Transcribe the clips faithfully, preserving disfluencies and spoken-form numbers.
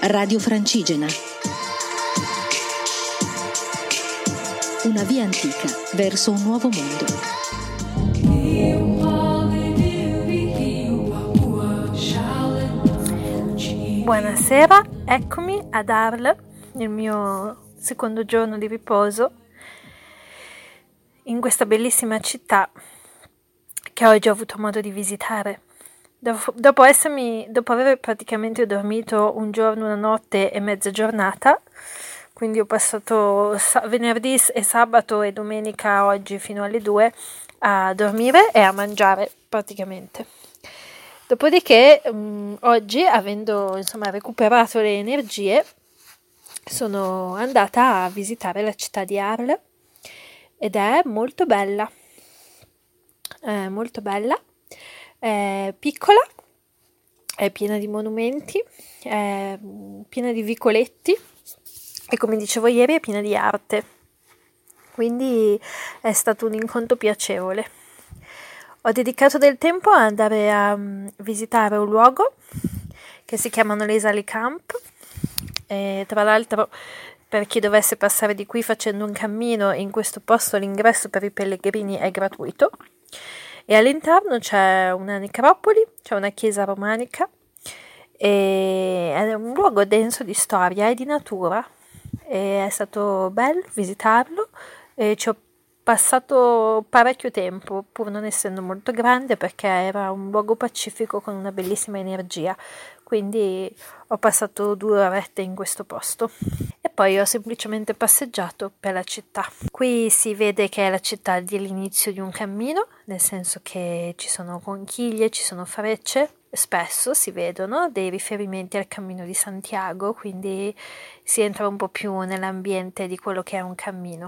Radio Francigena. Una via antica verso un nuovo mondo. Buonasera, eccomi ad Arles, nel mio secondo giorno di riposo, in questa bellissima città che oggi ho avuto modo di visitare. Dopo, dopo, essermi, dopo aver praticamente dormito un giorno, una notte e mezza giornata, quindi ho passato sa- venerdì e sabato e domenica oggi fino alle due a dormire e a mangiare praticamente. Dopodiché mh, oggi, avendo insomma recuperato le energie, sono andata a visitare la città di Arles ed è molto bella, è molto bella. È piccola, è piena di monumenti, è piena di vicoletti e, come dicevo ieri, è piena di arte, quindi è stato un incontro piacevole. Ho dedicato del tempo ad andare a um, visitare un luogo che si chiama Les Halles Camp, e tra l'altro, per chi dovesse passare di qui facendo un cammino, in questo posto l'ingresso per i pellegrini è gratuito. E all'interno c'è una necropoli, c'è una chiesa romanica e è un luogo denso di storia e di natura, e è stato bello visitarlo e ci ho passato parecchio tempo, pur non essendo molto grande, perché era un luogo pacifico con una bellissima energia, quindi ho passato due orette in questo posto e poi ho semplicemente passeggiato per la città. Qui si vede che è la città dell'inizio di un cammino, nel senso che ci sono conchiglie, ci sono frecce, spesso si vedono dei riferimenti al cammino di Santiago, quindi si entra un po' più nell'ambiente di quello che è un cammino.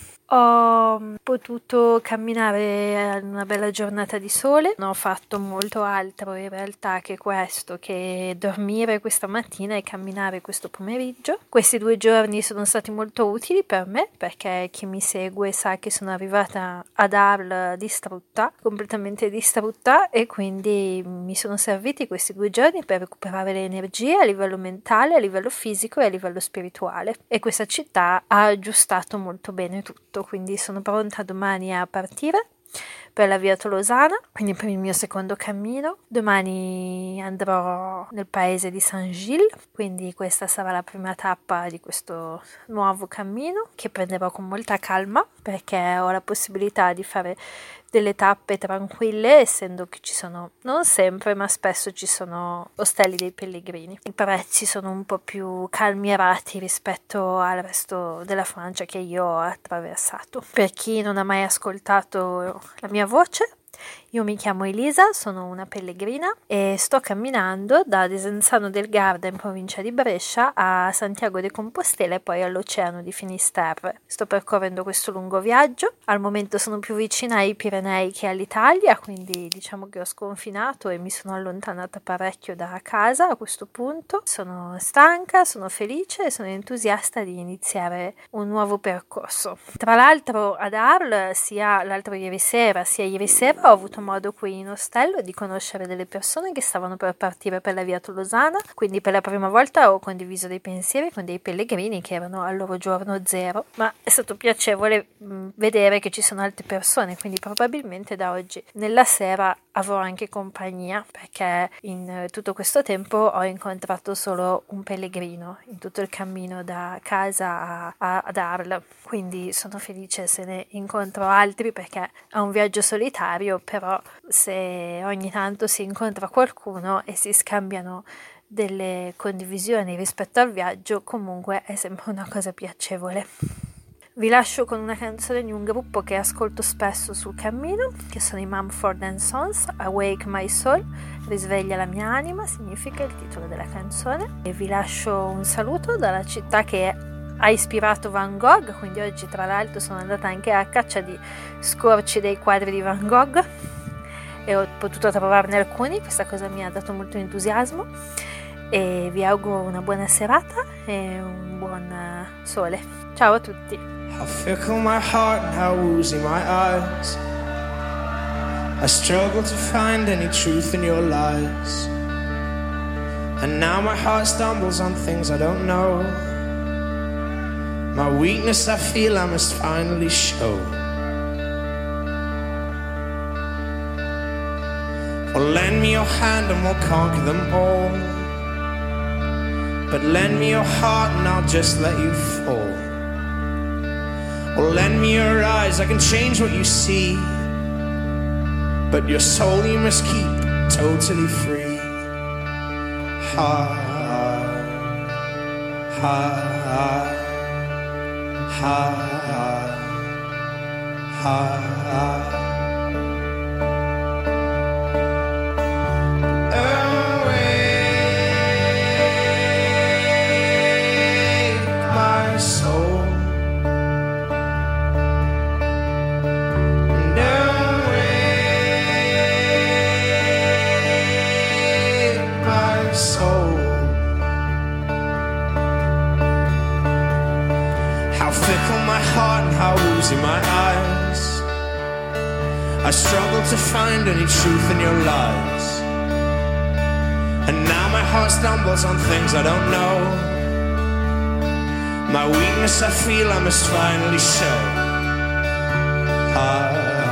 Ho potuto camminare in una bella giornata di sole, non ho fatto molto altro in realtà che questo, che dormire questa mattina e camminare questo pomeriggio. Questi due giorni sono stati molto utili per me, perché chi mi segue sa che sono arrivata ad Arles distrutta, completamente distrutta, e quindi mi sono serviti questi due giorni per recuperare le energie a livello mentale, a livello fisico e a livello spirituale. E questa città ha aggiustato molto bene tutto. Quindi sono pronta domani a partire per la Via Tolosana, quindi per il mio secondo cammino. Domani andrò nel paese di Saint-Gilles, quindi questa sarà la prima tappa di questo nuovo cammino, che prenderò con molta calma, perché ho la possibilità di fare delle tappe tranquille, essendo che ci sono, non sempre, ma spesso ci sono ostelli dei pellegrini. I prezzi sono un po' più calmierati rispetto al resto della Francia che io ho attraversato. Per chi non ha mai ascoltato la mia voce, io mi chiamo Elisa, sono una pellegrina e sto camminando da Desenzano del Garda, in provincia di Brescia, a Santiago de Compostela e poi all'Oceano di Finisterre. Sto percorrendo questo lungo viaggio. Al momento sono più vicina ai Pirenei che all'Italia, quindi diciamo che ho sconfinato e mi sono allontanata parecchio da casa a questo punto. Sono stanca, sono felice e sono entusiasta di iniziare un nuovo percorso. Tra l'altro ad Arles, sia l'altro ieri sera, sia ieri sera, ho avuto modo qui in ostello di conoscere delle persone che stavano per partire per la Via Tolosana, quindi per la prima volta ho condiviso dei pensieri con dei pellegrini che erano al loro giorno zero, ma è stato piacevole mh, vedere che ci sono altre persone, quindi probabilmente da oggi nella sera avrò anche compagnia, perché in eh, tutto questo tempo ho incontrato solo un pellegrino in tutto il cammino da casa a, a, ad Arles, quindi sono felice se ne incontro altri, perché è un viaggio solitario, però se ogni tanto si incontra qualcuno e si scambiano delle condivisioni rispetto al viaggio, comunque è sempre una cosa piacevole. Vi lascio con una canzone di un gruppo che ascolto spesso sul cammino, che sono i Mumford and Sons, Awake My Soul, risveglia la mia anima, significa il titolo della canzone. E vi lascio un saluto dalla città che ha ispirato Van Gogh, quindi oggi tra l'altro sono andata anche a caccia di scorci dei quadri di Van Gogh e ho potuto trovarne alcuni. Questa cosa mi ha dato molto entusiasmo e vi auguro una buona serata e un buon sole. Ciao a tutti. How fickle my heart and how woozy my eyes. I struggle to find any truth in your lies. And now my heart stumbles on things I don't know. My weakness I feel I must finally show. Well, lend me your hand and we'll conquer them all. But lend me your heart and I'll just let you fall. Well, lend me your eyes, I can change what you see. But your soul you must keep totally free. Ha, ha, ha. Ha, ha, ha. Awake my soul, and awake my soul. Fickle my heart and how woozy my eyes. I struggle to find any truth in your lies. And now my heart stumbles on things I don't know. My weakness I feel I must finally show. Ha,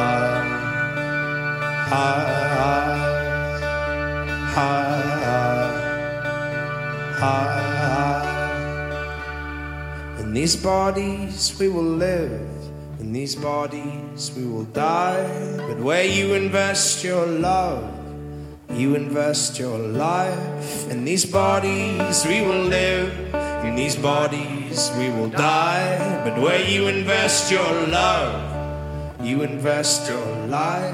ha, ha, ha, ha. In these bodies we will live, in these bodies we will die. But where you invest your love, you invest your life. In these bodies we will live, in these bodies we will die. But where you invest your love, you invest your life.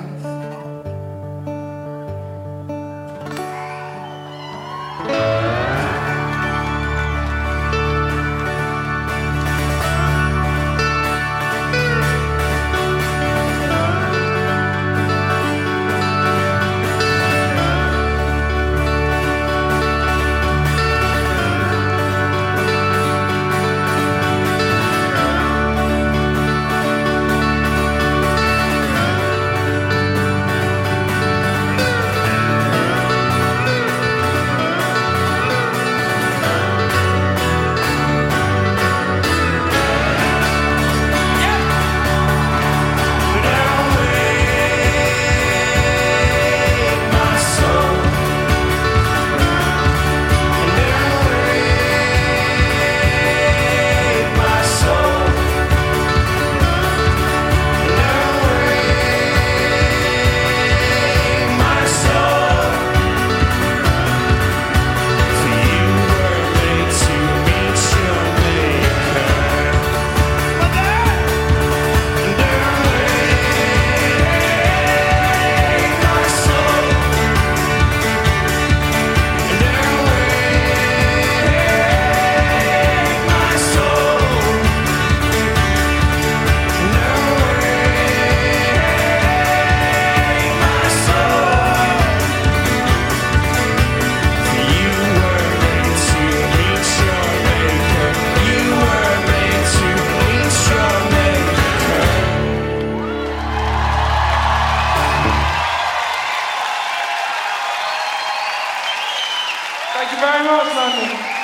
Thank you very much, London.